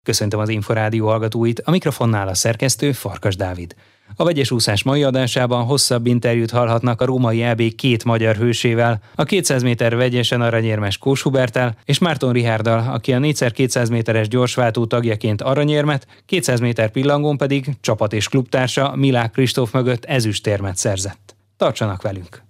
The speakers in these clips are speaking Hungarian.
Köszöntöm az Inforádió hallgatóit, a mikrofonnál a szerkesztő Farkas Dávid. A vegyes úszás mai adásában hosszabb interjút hallhatnak a római EB két magyar hősével, a 200 méter vegyesen aranyérmes Kós Huberttel és Márton Richárddal, aki a 4x200 méteres gyorsváltó tagjaként aranyérmet, 200 méter pillangón pedig csapat és klubtársa Milák Kristóf mögött ezüstérmet szerzett. Tartsanak velünk!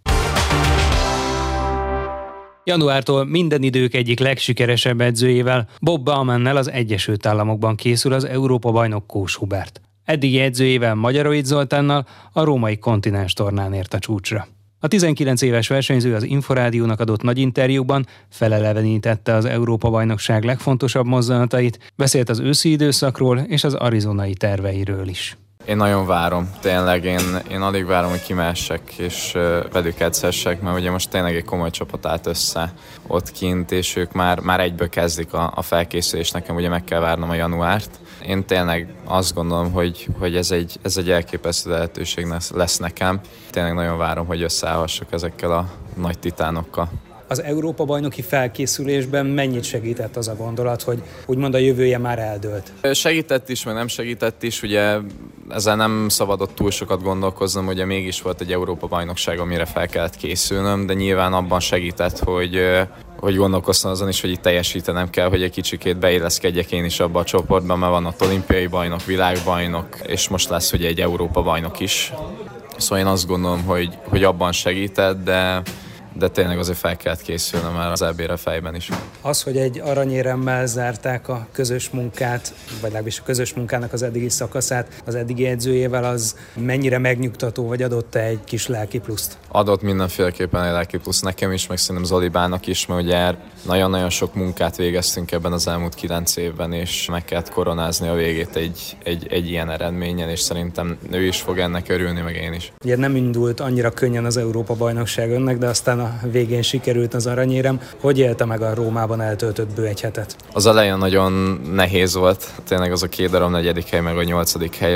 Januártól minden idők egyik legsikeresebb edzőjével, Bob Baumannel az Egyesült Államokban készül az Európa-bajnok Kós Hubert. Eddigi edzőjével Magyarovics Zoltánnal a római kontinens tornán ért a csúcsra. A 19 éves versenyző az Inforádiónak adott nagy interjúban felelevenítette az Európa-bajnokság legfontosabb mozzanatait, beszélt az őszi időszakról és az arizonai terveiről is. Én nagyon várom, tényleg én alig várom, hogy kimehessek és velük edzhessek, mert ugye most tényleg egy komoly csapat állt össze ott kint, és ők már egyből kezdik a felkészülést, nekem ugye meg kell várnom a januárt. Én tényleg azt gondolom, hogy ez egy elképesztő lehetőség lesz nekem. Tényleg nagyon várom, hogy összeállhassak ezekkel a nagy titánokkal. Az Európa-bajnoki felkészülésben mennyit segített az a gondolat, hogy úgymond a jövője már eldőlt? Segített is, meg nem segített is, ugye ezzel nem szabadott túl sokat gondolkoznom, ugye mégis volt egy Európa-bajnokság, amire fel kellett készülnöm, de nyilván abban segített, hogy gondolkoztam azon is, hogy itt teljesítenem kell, hogy egy kicsikét beilleszkedjek én is abba a csoportban, mert van ott olimpiai bajnok, világbajnok, és most lesz ugye egy Európa-bajnok is. Szóval én azt gondolom, hogy abban segített, de tényleg azért fel kellett készülnöm már az EB-re fejben is. Az, hogy egy aranyéremmel zárták a közös munkát, vagy legalábbis a közös munkának az eddigi szakaszát, az eddigi edzőjével, az mennyire megnyugtató, vagy adott-e egy kis lelki pluszt? Adott mindenféleképpen egy lelki plusz nekem is, meg szerintem Zolibának is, mert ugye nagyon-nagyon sok munkát végeztünk ebben az elmúlt 9 évben, és meg kellett koronázni a végét egy ilyen eredményen, és szerintem ő is fog ennek örülni, meg én is. Ugye nem indult annyira könnyen az Európa-bajnokság önnek, de aztán a végén sikerült az aranyérem. Hogy élte meg a Rómában eltöltött bő egy hetet? Az elején nagyon nehéz volt. Tényleg az a 2 darab 4. hely, meg a 8. hely,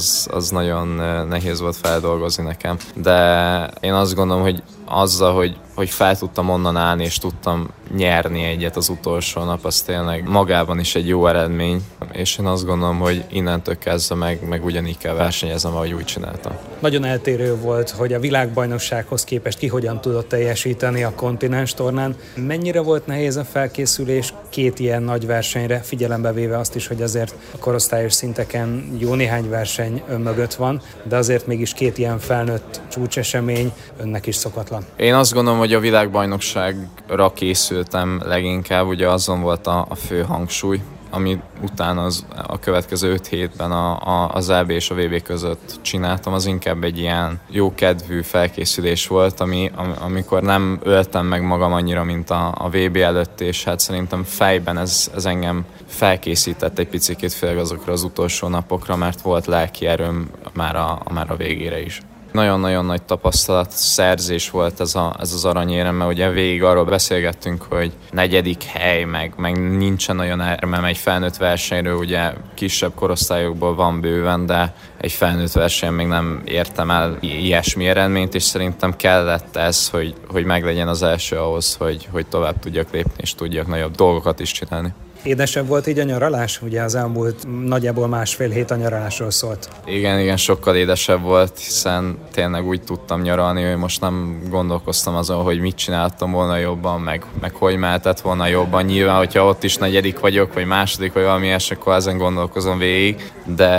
az nagyon nehéz volt feldolgozni nekem. De én azt gondolom, hogy azzal, hogy fel tudtam onnan állni, és tudtam nyerni egyet az utolsó nap, az tényleg magában is egy jó eredmény, és én azt gondolom, hogy innentől kezdve meg ugyanígy kell versenyeznem, ahogy úgy csináltam. Nagyon eltérő volt, hogy a világbajnoksághoz képest ki hogyan tudott teljesíteni a kontinens tornán. Mennyire volt nehéz a felkészülés 2 ilyen nagy versenyre, figyelembe véve azt is, hogy azért a korosztályos szinteken jó néhány verseny ön mögött van, de azért mégis 2 ilyen felnőtt csúcsesemény önnek is szokatlan. Én azt gondolom, hogy a világbajnokságra készültem leginkább, ugye azon volt a fő hangsúly, ami utána a következő 5 hétben az EB és a VB között csináltam, az inkább egy ilyen jó kedvű felkészülés volt, amikor nem öltem meg magam annyira, mint a VB előtt, és hát szerintem fejben ez engem felkészített egy picikét, főleg azokra az utolsó napokra, mert volt lelki erőm már a végére is. Nagyon-nagyon nagy tapasztalat szerzés volt ez az aranyérem, mert ugye végig arról beszélgettünk, hogy 4. hely, meg nincsen nagyon erőm egy felnőtt versenyről, ugye kisebb korosztályokból van bőven, de egy felnőtt versenyen még nem értem el ilyesmi eredményt, és szerintem kellett ez, hogy meglegyen az első ahhoz, hogy tovább tudjak lépni, és tudjak nagyobb dolgokat is csinálni. Édesebb volt így a nyaralás? Ugye az elmúlt nagyjából 1,5 hét a nyaralásról szólt. Igen, sokkal édesebb volt, hiszen tényleg úgy tudtam nyaralni, hogy most nem gondolkoztam azon, hogy mit csináltam volna jobban, meg hogy mehetett volna jobban. Nyilván, hogyha ott is 4. vagyok, vagy 2., vagy valami ilyesmi, akkor ezen gondolkozom végig,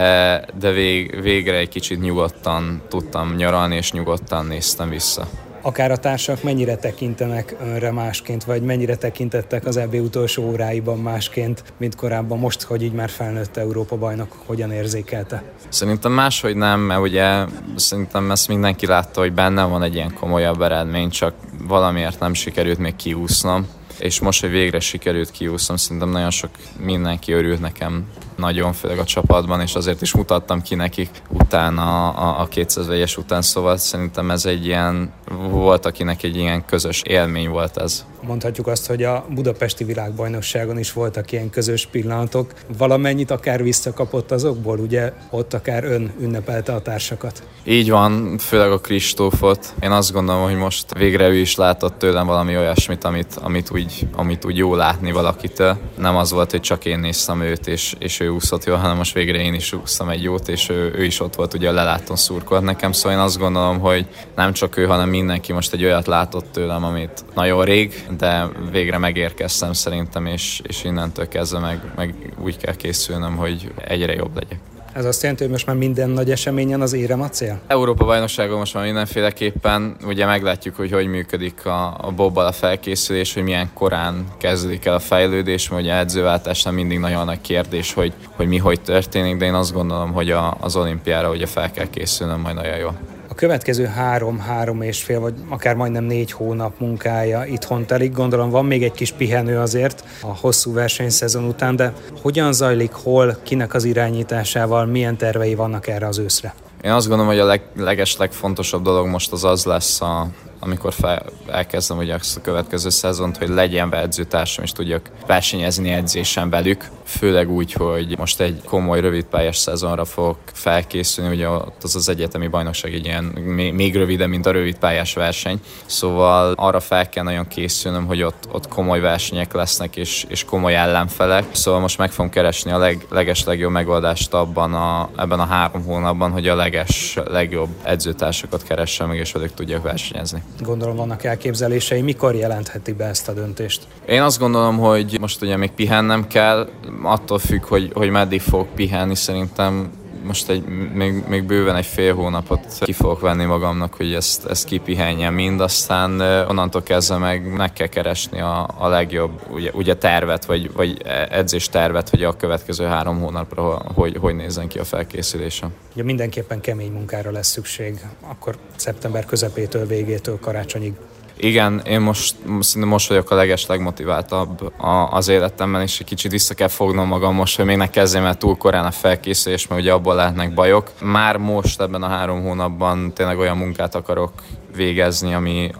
de végre egy kicsit nyugodtan tudtam nyaralni, és nyugodtan néztem vissza. Akár a társak mennyire tekintenek önre másként, vagy mennyire tekintettek az EB utolsó óráiban másként, mint korábban, most, hogy így már felnőtt Európa-bajnok, hogyan érzékelte? Szerintem máshogy nem, mert ugye szerintem ezt mindenki látta, hogy bennem van egy ilyen komolyabb eredmény, csak valamiért nem sikerült még kiúsznom. És most, hogy végre sikerült kiúsznom, szerintem nagyon sok mindenki örült nekem nagyon, főleg a csapatban, és azért is mutattam ki nekik utána a 200 vegyes után, szóval szerintem ez egy ilyen, volt akinek egy ilyen közös élmény volt ez. Mondhatjuk azt, hogy a budapesti világbajnokságon is voltak ilyen közös pillanatok. Valamennyit akár visszakapott azokból, ugye ott akár ön ünnepelte a társakat. Így van, főleg a Kristófot. Én azt gondolom, hogy most végre ő is látott tőlem valami olyasmit, amit úgy jó látni valakitől. Nem az volt, hogy csak én néztem őt, és ő úszott jól, hanem most végre én is úsztam egy jót, és ő is ott volt, ugye a lelátón szurkolt nekem. Szóval én azt gondolom, hogy nem csak ő, hanem mindenki most egy olyat látott tőlem, amit nagyon rég, de végre megérkeztem szerintem, és innentől kezdve meg úgy kell készülnöm, hogy egyre jobb legyek. Ez azt jelenti, hogy most már minden nagy eseményen az érem a cél? Európa-bajnokságon most már mindenféleképpen, ugye meglátjuk, hogy működik a bobbal a felkészülés, hogy milyen korán kezdődik el a fejlődés, mert ugye edzőváltásnál mindig nagyon nagy kérdés, hogy mi hogy történik, de én azt gondolom, hogy az olimpiára ugye fel kell készülnöm majd nagyon jól. A következő 3-3,5 vagy akár majdnem 4 hónap munkája itthon telik. Gondolom van még egy kis pihenő azért a hosszú versenyszezon után, de hogyan zajlik, hol, kinek az irányításával, milyen tervei vannak erre az őszre? Én azt gondolom, hogy a legfontosabb dolog most az lesz, amikor elkezdem ugye a következő szezont, hogy legyen edzőtársam, és tudjak versenyezni edzésen velük. Főleg úgy, hogy most egy komoly rövidpályás szezonra fogok felkészülni, ugye ott az egyetemi bajnokság egy ilyen még rövidebb, mint a rövidpályás verseny. Szóval arra fel kell nagyon készülnöm, hogy ott komoly versenyek lesznek, és komoly ellenfelek. Szóval most meg fogom keresni a legjobb megoldást ebben a 3 hónapban, hogy a legjobb edzőtársakat keressem meg, és velük tudjak versenyezni. Gondolom vannak elképzelései, mikor jelentheti be ezt a döntést? Én azt gondolom, hogy most ugye még pihennem kell, attól függ, hogy meddig fogok pihenni, szerintem most még bőven egy fél hónapot ki fogok venni magamnak, hogy ezt kipihenjem mind, aztán onnantól kezdve meg kell keresni a legjobb ugye tervet, vagy edzéstervet, hogy a következő 3 hónapra hogy nézzen ki a felkészülésem. Ugye mindenképpen kemény munkára lesz szükség, akkor szeptember közepétől, végétől karácsonyig. Igen, én most vagyok a legmotiváltabb az életemben, és egy kicsit vissza kell fognom magam most, hogy még ne kezdjem el túl korán a felkészülés, mert ugye abból lehetnek bajok. Már most ebben a 3 hónapban tényleg olyan munkát akarok végezni,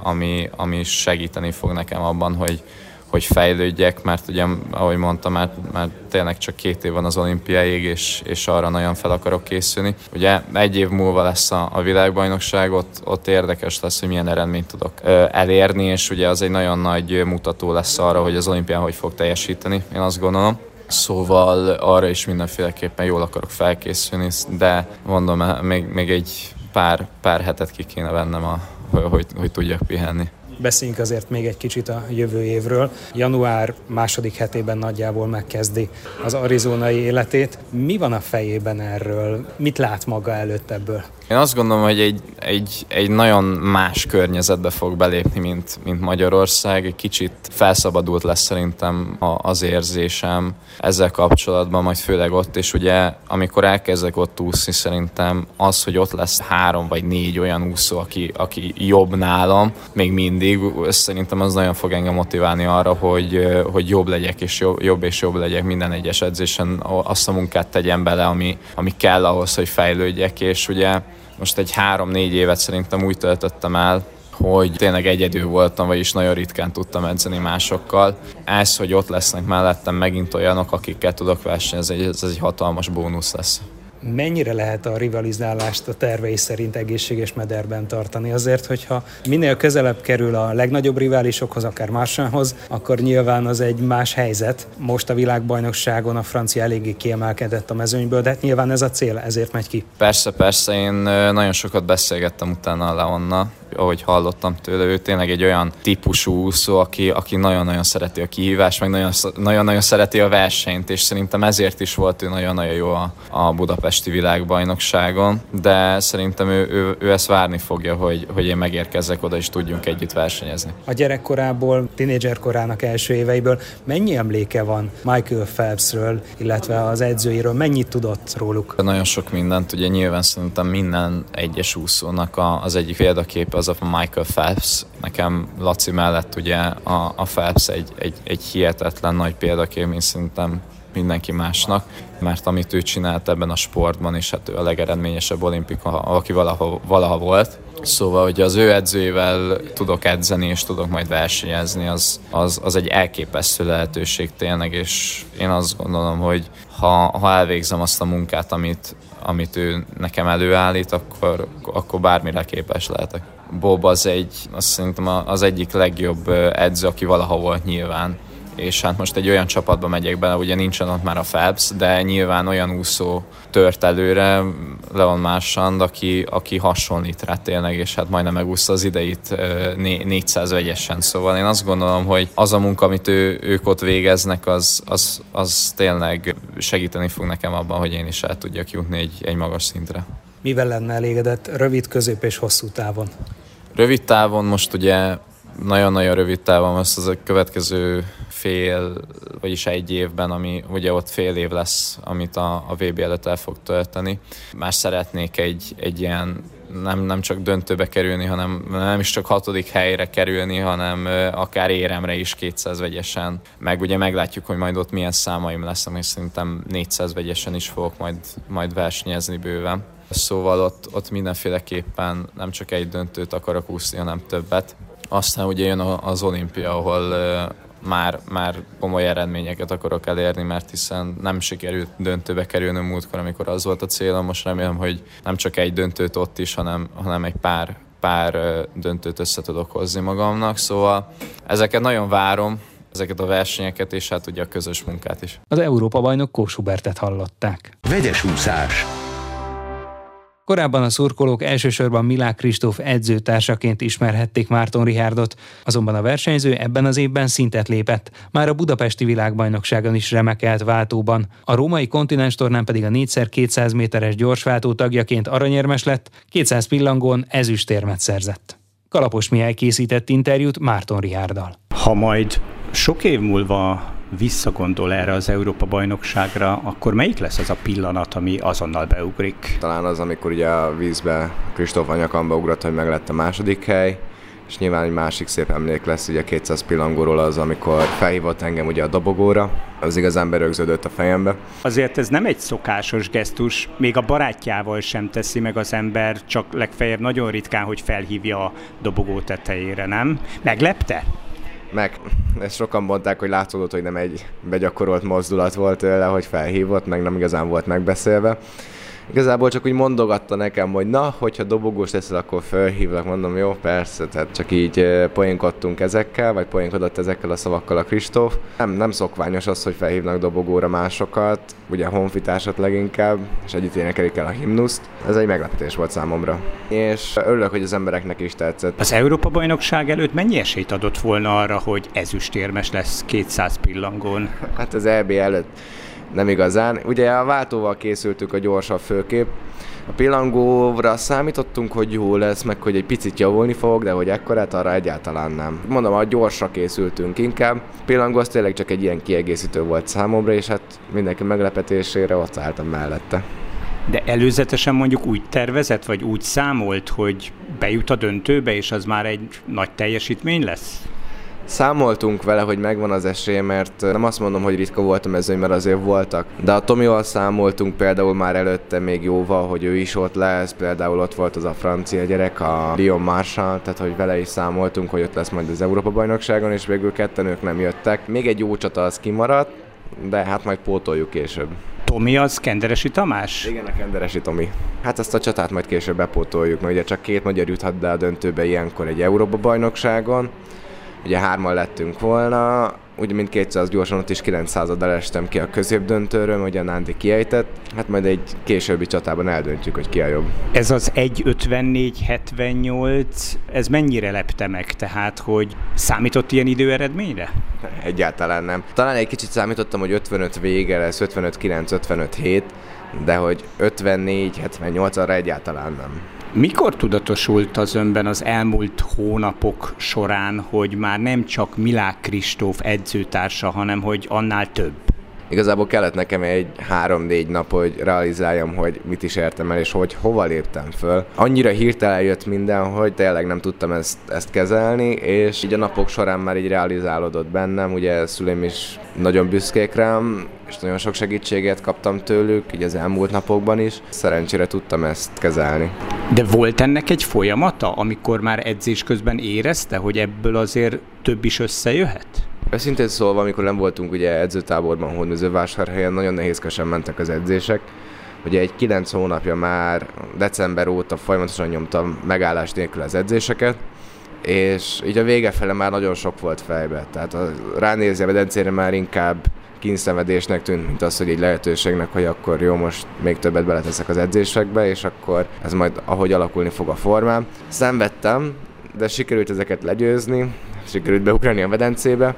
ami segíteni fog nekem abban, hogy fejlődjek, mert ugye, ahogy mondtam, már tényleg csak 2 év van az olimpiáig, és arra nagyon fel akarok készülni. Ugye 1 év múlva lesz a világbajnokság, ott érdekes lesz, hogy milyen eredményt tudok elérni, és ugye az egy nagyon nagy mutató lesz arra, hogy az olimpián hogy fog teljesíteni, én azt gondolom. Szóval arra is mindenféleképpen jól akarok felkészülni, de mondom, még egy pár hetet ki kéne vennem, hogy tudjak pihenni. Beszéljünk azért még egy kicsit a jövő évről. Január második hetében nagyjából megkezdi az arizonai életét. Mi van a fejében erről? Mit lát maga előtt ebből? Én azt gondolom, hogy egy nagyon más környezetbe fog belépni, mint Magyarország. Egy kicsit felszabadult lesz szerintem az érzésem ezzel kapcsolatban, majd főleg ott, és ugye amikor elkezdek ott úszni, szerintem az, hogy ott lesz 3 vagy 4 olyan úszó, aki jobb nálam, még mindig, szerintem az nagyon fog engem motiválni arra, hogy jobb legyek, és jobb legyek minden egyes edzésen, azt a munkát tegyem bele, ami kell ahhoz, hogy fejlődjek, és ugye most egy 3-4 évet szerintem úgy töltöttem el, hogy tényleg egyedül voltam, vagyis nagyon ritkán tudtam edzeni másokkal. Ez, hogy ott lesznek mellettem megint olyanok, akikkel tudok versenyezni, ez egy hatalmas bónusz lesz. Mennyire lehet a rivalizálást a tervei szerint egészséges mederben tartani? Azért, hogyha minél közelebb kerül a legnagyobb riválisokhoz, akár Marchanhoz, akkor nyilván az egy más helyzet. Most a világbajnokságon a francia eléggé kiemelkedett a mezőnyből, de hát nyilván ez a cél, ezért megy ki. Persze, én nagyon sokat beszélgettem utána a Leonnal, ahogy hallottam tőle, ő tényleg egy olyan típusú úszó, aki nagyon-nagyon szereti a kihívást, meg nagyon-nagyon szereti a versenyt, és szerintem ezért is volt ő nagyon-nagyon jó a budapesti világbajnokságon, de szerintem ő ezt várni fogja, hogy én megérkezzek oda, és tudjunk együtt versenyezni. A gyerekkorából, tínédzserkorának első éveiből mennyi emléke van Michael Phelpsről, illetve az edzőiről, mennyit tudott róluk? Nagyon sok mindent, ugye nyilván szerintem minden egyes úszónak az egyik példaképe az a Michael Phelps. Nekem Laci mellett ugye a Phelps egy hihetetlen nagy példakép, mint szerintem mindenki másnak, mert amit ő csinált ebben a sportban, és hát ő a legeredményesebb olimpika, aki valaha volt, Szóval, hogy az ő edzőjével tudok edzeni, és tudok majd versenyezni, az egy elképesztő lehetőség tényleg, és én azt gondolom, hogy ha elvégzem azt a munkát, amit ő nekem előállít, akkor bármire képes lehetek. Bob azt szerintem az egyik legjobb edző, aki valaha volt nyilván. És hát most egy olyan csapatba megyek bele, ugye nincsen ott már a Phelps, de nyilván olyan úszó tört előre, Leon Marchand, aki hasonlít rá tényleg, és hát majdnem megúszta az ideit 400 vegyesen. Szóval én azt gondolom, hogy az a munka, amit ők ott végeznek, az tényleg segíteni fog nekem abban, hogy én is el tudjak jutni egy magas szintre. Mivel lenne elégedett rövid, közép és hosszú távon? Rövid távon most ugye nagyon-nagyon rövid távon az a következő vagyis egy évben, ami ugye ott fél év lesz, amit a VB előtt el fog tölteni. Már szeretnék egy ilyen nem csak döntőbe kerülni, hanem nem is csak 6. helyre kerülni, hanem akár éremre is 200 vegyesen. Meg ugye meglátjuk, hogy majd ott milyen számaim lesznek, és szerintem 400 vegyesen is fogok majd versenyezni bőven. Szóval ott mindenféleképpen nem csak egy döntőt akarok úszni, hanem többet. Aztán ugye jön az olimpia, ahol már komoly eredményeket akarok elérni, mert hiszen nem sikerült döntőbe kerülnöm múltkor, amikor az volt a célom. Most remélem, hogy nem csak egy döntőt ott is, hanem egy pár döntőt össze tudok hozni magamnak. Szóval ezeket nagyon várom, ezeket a versenyeket, és hát ugye a közös munkát is. Az Európa-bajnok Kós Hubertet hallották. Vegyes úszás. Korábban a szurkolók elsősorban Milák Kristóf edzőtársaként ismerhették Márton Richárdot, azonban a versenyző ebben az évben szintet lépett, már a budapesti világbajnokságon is remekelt váltóban. A római kontinenstornán pedig a 4x200 méteres gyorsváltó tagjaként aranyérmes lett, 200 pillangón ezüstérmet szerzett. Kalapos Mihály készített interjút Márton Richárddal. Ha majd sok év múlva visszagondol erre az Európa-bajnokságra, akkor melyik lesz az a pillanat, ami azonnal beugrik? Talán az, amikor ugye a vízbe Kristóf a nyakamba ugrott, hogy meg lett a második hely, és nyilván egy másik szép emlék lesz ugye 200 pillangóról az, amikor felhívott engem ugye a dobogóra, az igazán berögződött a fejembe. Azért ez nem egy szokásos gesztus, még a barátjával sem teszi meg az ember, csak legfeljebb nagyon ritkán, hogy felhívja a dobogó tetejére, nem? Meglepte? Ezt sokan mondták, hogy látszódott, hogy nem egy begyakorolt mozdulat volt tőle, hogy felhívott, meg nem igazán volt megbeszélve. Igazából csak úgy mondogatta nekem, hogy na, hogyha dobogós leszel, akkor felhívlak, mondom, jó, persze, tehát csak így poénkodtunk ezekkel, vagy poénkodott ezekkel a szavakkal a Kristóf. Nem szokványos az, hogy felhívnak dobogóra másokat, ugye a honfitársat leginkább, és együtt énekelik el a himnuszt. Ez egy meglepetés volt számomra. És örülök, hogy az embereknek is tetszett. Az Európa-bajnokság előtt mennyi esélyt adott volna arra, hogy ezüstérmes lesz 200 pillangón? Hát az EB előtt nem igazán. Ugye a váltóval készültük a gyorsabb főkép. A pillangóra számítottunk, hogy jó lesz, meg hogy egy picit javulni fog, de hogy ekkorát arra egyáltalán nem. Mondom, a gyorsra készültünk inkább. A pillangó az tényleg csak egy ilyen kiegészítő volt számomra, és hát mindenki meglepetésére ott álltam mellette. De előzetesen mondjuk úgy tervezett, vagy úgy számolt, hogy bejut a döntőbe, és az már egy nagy teljesítmény lesz? Számoltunk vele, hogy megvan az esély, mert nem azt mondom, hogy ritka volt a mezőny, mert azért voltak. De a Tomival számoltunk például már előtte még jóval, hogy ő is ott lesz, például ott volt az a francia gyerek, a Leon Marchand, tehát hogy vele is számoltunk, hogy ott lesz majd az Európa-bajnokságon, és végül ketten ők nem jöttek. Még egy jó csata az kimaradt, de hát majd pótoljuk később. Tomi az Kenderesi Tamás? Igen, a Kenderesi Tomi. Hát ezt a csatát majd később bepótoljuk, mert ugye csak 2 magyar juthat be a döntőbe ilyenkor egy Európa-bajnokságon. Ugye 3-an lettünk volna, úgy mint 200 gyorsan, ott is 900-addal estem ki a középdöntőről, ugye a Nándi kiejtett. Hát majd egy későbbi csatában eldöntjük, hogy ki a jobb. Ez az 1.54.78, ez mennyire lepte meg? Tehát, hogy számított ilyen időeredményre? Egyáltalán nem. Talán egy kicsit számítottam, hogy 55 vége lesz, 55.9, 55.7, de hogy 54.78 arra egyáltalán nem. Mikor tudatosult az önben az elmúlt hónapok során, hogy már nem csak Milák Kristóf edzőtársa, hanem hogy annál több? Igazából kellett nekem egy 3-4 nap, hogy realizáljam, hogy mit is értem el, és hogy hova léptem föl. Annyira hirtelen jött minden, hogy tényleg nem tudtam ezt kezelni, és így a napok során már így realizálódott bennem, ugye szüleim is nagyon büszkék rám, és nagyon sok segítséget kaptam tőlük, így az elmúlt napokban is. Szerencsére tudtam ezt kezelni. De volt ennek egy folyamata, amikor már edzés közben érezte, hogy ebből azért több is összejöhet? Őszintén szólva, amikor nem voltunk ugye edzőtáborban, Hódmezővásárhelyen, nagyon nehézkesen mentek az edzések. Ugye egy 9 hónapja már december óta folyamatosan nyomtam megállás nélkül az edzéseket, és így a vége fele már nagyon sok volt fejbe. Tehát ránézni a medencére már inkább kínszenvedésnek tűnt, mint az, hogy egy lehetőségnek, hogy akkor jó, most még többet beleteszek az edzésekbe, és akkor ez majd ahogy alakulni fog a formám. Szenvedtem, de sikerült ezeket legyőzni, sikerült beugrani a medencébe,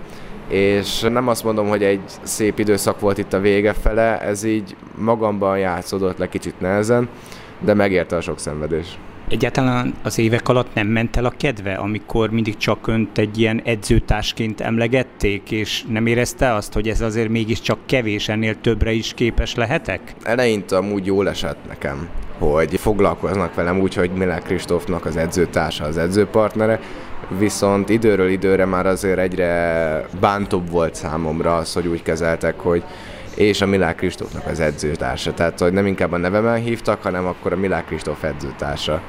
és nem azt mondom, hogy egy szép időszak volt itt a vége fele, ez így magamban játszódott le kicsit nehezen, de megérte a sok szenvedés. Egyáltalán az évek alatt nem ment el a kedve, amikor mindig csak önt egy ilyen edzőtársként emlegették, és nem érezte azt, hogy ez azért mégiscsak kevés, ennél többre is képes lehetek? Eleinte amúgy jól esett nekem, hogy foglalkoznak velem úgy, hogy Milák Kristófnak az edzőtársa, az edzőpartnere, viszont időről időre már azért egyre bántóbb volt számomra az, hogy úgy kezeltek, hogy és a Milák Kristófnak az edzőtársa. Tehát, hogy nem inkább a nevemmel hívtak, hanem akkor a Milák Kristóf edzőtársa.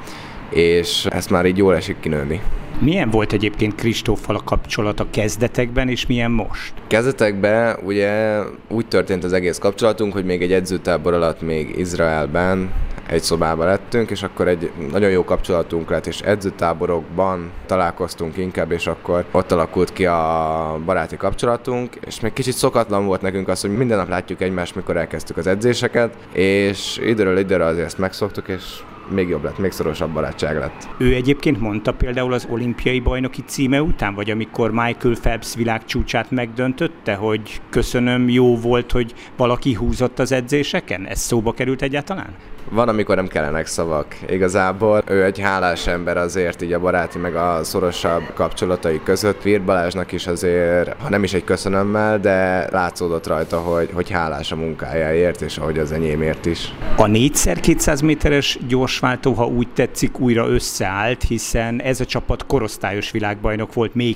És ezt már így jól esik kinőni. Milyen volt egyébként Kristóffal a kapcsolat a kezdetekben, és milyen most? Kezdetekben ugye úgy történt az egész kapcsolatunk, hogy még egy edzőtábor alatt még Izraelben egy szobában lettünk, és akkor egy nagyon jó kapcsolatunk lett, és edzőtáborokban találkoztunk inkább, és akkor ott alakult ki a baráti kapcsolatunk, és még kicsit szokatlan volt nekünk az, hogy minden nap látjuk egymást, mikor elkezdtük az edzéseket, és időről időre azért ezt megszoktuk, és még jobb lett, még szorosabb barátság lett. Ő egyébként mondta például az olimpiai bajnoki címe után, vagy amikor Michael Phelps világcsúcsát megdöntötte, hogy köszönöm, jó volt, hogy valaki húzott az edzéseken? Ez szóba került egyáltalán? Van, amikor nem kellenek szavak. Igazából ő egy hálás ember azért így a baráti meg a szorosabb kapcsolatai között. Virth Balázsnak is azért, ha nem is egy köszönömmel, de látszódott rajta, hogy hálás a munkájáért, és ahogy az enyémért is. A 4x200 méteres gyorsváltó, ha úgy tetszik, újra összeállt, hiszen ez a csapat korosztályos világbajnok volt még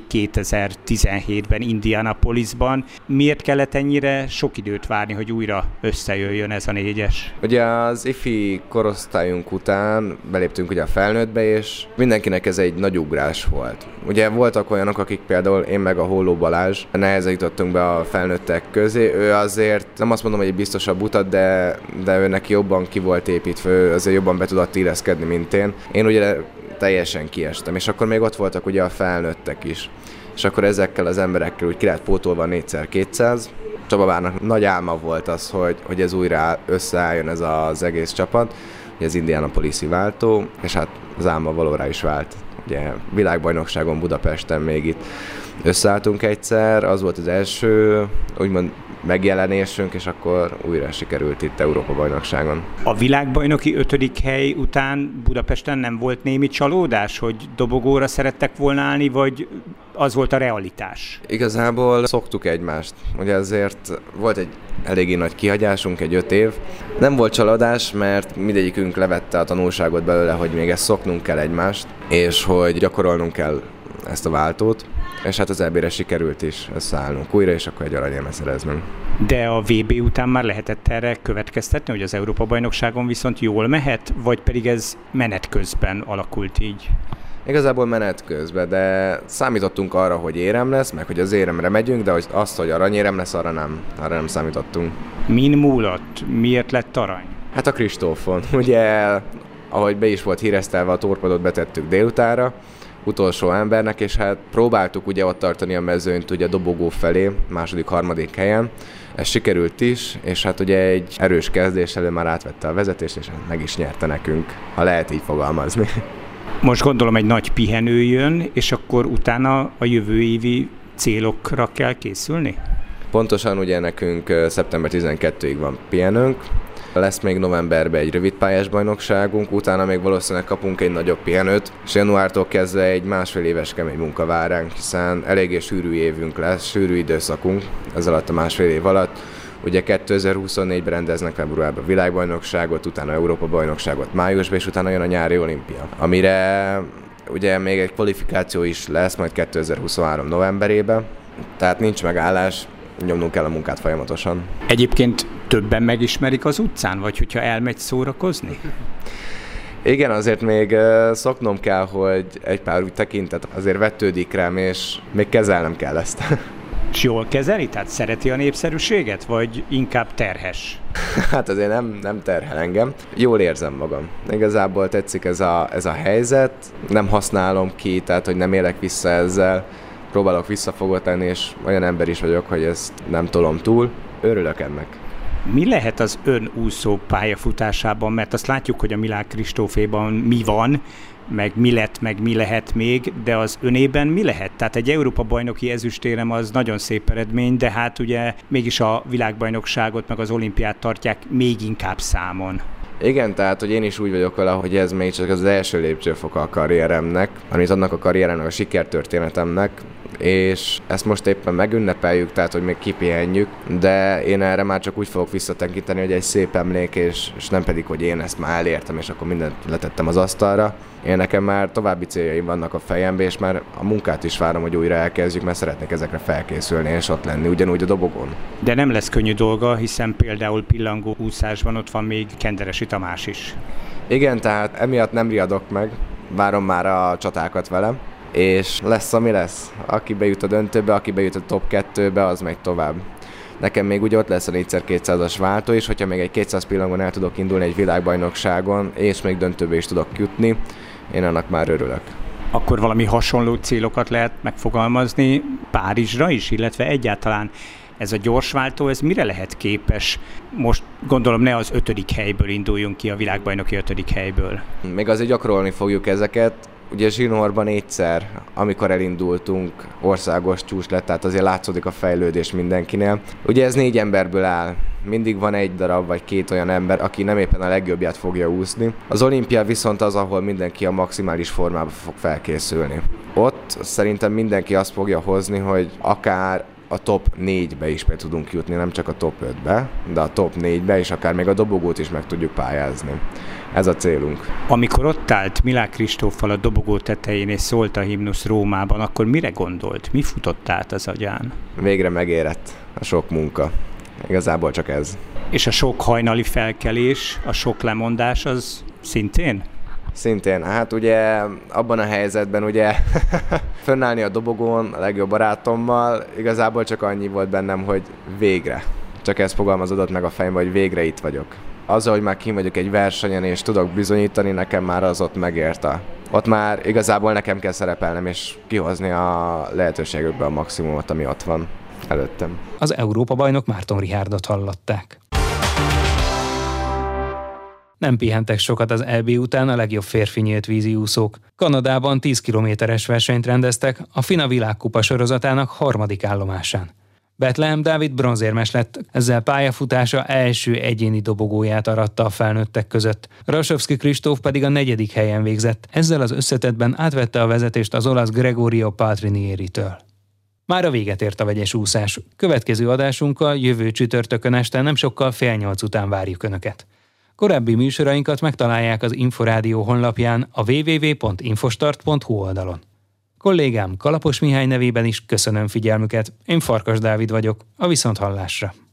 2017-ben Indianapolisban. Miért kellett ennyire sok időt várni, hogy újra összejöjjön ez a 4-es? Ugye az ifi korosztályunk után beléptünk ugye a felnőttbe, és mindenkinek ez egy nagy ugrás volt. Ugye voltak olyanok, akik például én meg a Holló Balázs nehezen jutottunk be a felnőttek közé. Ő azért, nem azt mondom, hogy egy biztosabb utat, de ő neki jobban ki volt építve, ő azért jobban be tudott illeszkedni, mint én. Én ugye teljesen kiestem, és akkor még ott voltak ugye a felnőttek is. És akkor ezekkel az emberekkel úgy ki lehet pótolva a 4x200. Csaba Várnak nagy álma volt az, hogy ez újra összeálljon ez az egész csapat, ugye az Indianapolis-i váltó, és hát az álma valóra is vált. Ugye világbajnokságon Budapesten még itt összeálltunk egyszer, az volt az első, úgymond megjelenésünk, és akkor újra sikerült itt Európa-bajnokságon. A világbajnoki 5. hely után Budapesten nem volt némi csalódás, hogy dobogóra szerettek volna állni, vagy az volt a realitás? Igazából szoktuk egymást. Ugye azért volt egy eléggé nagy kihagyásunk, egy 5 év. Nem volt csalódás, mert mindegyikünk levette a tanulságot belőle, hogy még ezt szoknunk kell egymást, és hogy gyakorolnunk kell ezt a váltót, és hát az EB-re sikerült is összeállnunk újra, és akkor egy aranyérmet szereznünk. De a VB után már lehetett erre következtetni, hogy az Európa-bajnokságon viszont jól mehet, vagy pedig ez menet közben alakult így? Igazából menet közben, de számítottunk arra, hogy érem lesz, meg hogy az éremre megyünk, de hogy aranyérem lesz, arra nem számítottunk. Min múlott? Miért lett arany? Hát a Kristófon. Ugye, ahogy be is volt híresztelve, a torpedót betettük délutánra, utolsó embernek, és hát próbáltuk ugye ott tartani a mezőnyt ugye a dobogó felé, második, harmadik helyen. Ez sikerült is, és hát ugye egy erős kezdés elő már átvette a vezetést, és meg is nyerte nekünk, ha lehet így fogalmazni. Most gondolom egy nagy pihenő jön, és akkor utána a jövő évi célokra kell készülni? Pontosan ugye nekünk szeptember 12-ig van pihenőnk, lesz még novemberben egy rövidpályás bajnokságunk, utána még valószínűleg kapunk egy nagyobb pihenőt, és januártól kezdve egy 1,5 éves kemény munka vár ránk, hiszen eléggé sűrű évünk lesz, sűrű időszakunk ez alatt a 1,5 év alatt, Ugye 2024-ben rendeznek februárban világbajnokságot, utána Európa-bajnokságot májusban, és utána jön a nyári olimpia, amire ugye még egy kvalifikáció is lesz majd 2023 novemberében, tehát nincs megállás, nyomnunk kell a munkát folyamatosan. Egyébként többen megismerik az utcán, vagy hogyha elmegy szórakozni? Igen, azért még szoknom kell, hogy egy pár úgy tekintet azért vetődik rám, és még kezelnem kell ezt. És jól kezeli? Tehát szereti a népszerűséget, vagy inkább terhes? Hát azért nem terhel engem. Jól érzem magam. Igazából tetszik ez a helyzet, nem használom ki, tehát hogy nem élek vissza ezzel. Próbálok visszafogott lenni, és olyan ember is vagyok, hogy ezt nem tolom túl. Örülök ennek. Mi lehet az ön úszó pályafutásában? Mert azt látjuk, hogy a Milák Kristóféban mi van, meg mi lett, meg mi lehet még, de az önében mi lehet? Tehát egy Európa-bajnoki ezüstérem az nagyon szép eredmény, de hát ugye mégis a világbajnokságot, meg az olimpiát tartják még inkább számon. Igen, tehát hogy én is úgy vagyok vele, hogy ez még csak az első lépcsőfoka a karrieremnek, amit annak a karrieremnek, a sikertörténetemnek, és ezt most éppen megünnepeljük, tehát hogy még kipihenjük, de én erre már csak úgy fogok visszatekinteni, hogy egy szép emlék, és nem pedig, hogy én ezt már elértem, és akkor mindent letettem az asztalra. Én nekem már további céljaim vannak a fejemben, és már a munkát is várom, hogy újra elkezdjük, mert szeretnék ezekre felkészülni és ott lenni, ugyanúgy a dobogón. De nem lesz könnyű dolga, hiszen például pillangó úszásban ott van még Kenderesi Tamás is. Igen, tehát emiatt nem riadok meg, várom már a csatákat velem, és lesz, ami lesz. Aki bejut a döntőbe, aki bejut a top 2-be, az megy tovább. Nekem még úgy ott lesz a 4x200-as váltó is, hogyha még egy 200 pillangon el tudok indulni egy világbajnokságon, és még döntőbe is tudok jutni, én annak már örülök. Akkor valami hasonló célokat lehet megfogalmazni Párizsra is, illetve egyáltalán ez a gyorsváltó, ez mire lehet képes? Most gondolom ne az 5. helyből induljunk ki, a világbajnoki 5. helyből. Még azért gyakorolni fogjuk ezeket. Ugye zsinórban 4-szer, amikor elindultunk, országos csúcs lett, tehát azért látszódik a fejlődés mindenkinél. Ugye ez 4 emberből áll, mindig van egy darab vagy 2 olyan ember, aki nem éppen a legjobbját fogja úszni. Az olimpia viszont az, ahol mindenki a maximális formába fog felkészülni. Ott szerintem mindenki azt fogja hozni, hogy akár a top 4-be is be tudunk jutni, nem csak a top 5-be, de a top 4-be, és akár még a dobogót is meg tudjuk pályázni. Ez a célunk. Amikor ott állt Milák Kristóffal a dobogó tetején és szólt a himnusz Rómában, akkor mire gondolt? Mi futott át az agyán? Végre megérett a sok munka. Igazából csak ez. És a sok hajnali felkelés, a sok lemondás az szintén? Szintén, hát ugye abban a helyzetben ugye fönnállni a dobogón a legjobb barátommal, igazából csak annyi volt bennem, hogy végre. Csak ez fogalmazódott meg a fejemben, hogy végre itt vagyok. Azzal, hogy már kim vagyok egy versenyen és tudok bizonyítani, nekem már az ott megérte. Ott már igazából nekem kell szerepelnem és kihozni a lehetőségükből a maximumot, ami ott van előttem. Az Európa-bajnok Márton Richárdot hallották. Nem pihentek sokat az EB után a legjobb férfi nyíltvízi úszók. Kanadában 10 kilométeres versenyt rendeztek a FINA világkupa sorozatának 3. állomásán. Bethlehem Dávid bronzérmes lett, ezzel pályafutása első egyéni dobogóját aratta a felnőttek között. Rasovszky Kristóf pedig a 4. helyen végzett, ezzel az összetettben átvette a vezetést az olasz Gregorio Paltrinieri-től. Mára véget ért a vegyes úszás. Következő adásunkkal jövő csütörtökön este nem sokkal 7:30 után várjuk Önöket. Korábbi műsorainkat megtalálják az Inforádió honlapján, a www.infostart.hu oldalon. Kollégám Kalapos Mihály nevében is köszönöm figyelmüket, én Farkas Dávid vagyok, a viszonthallásra.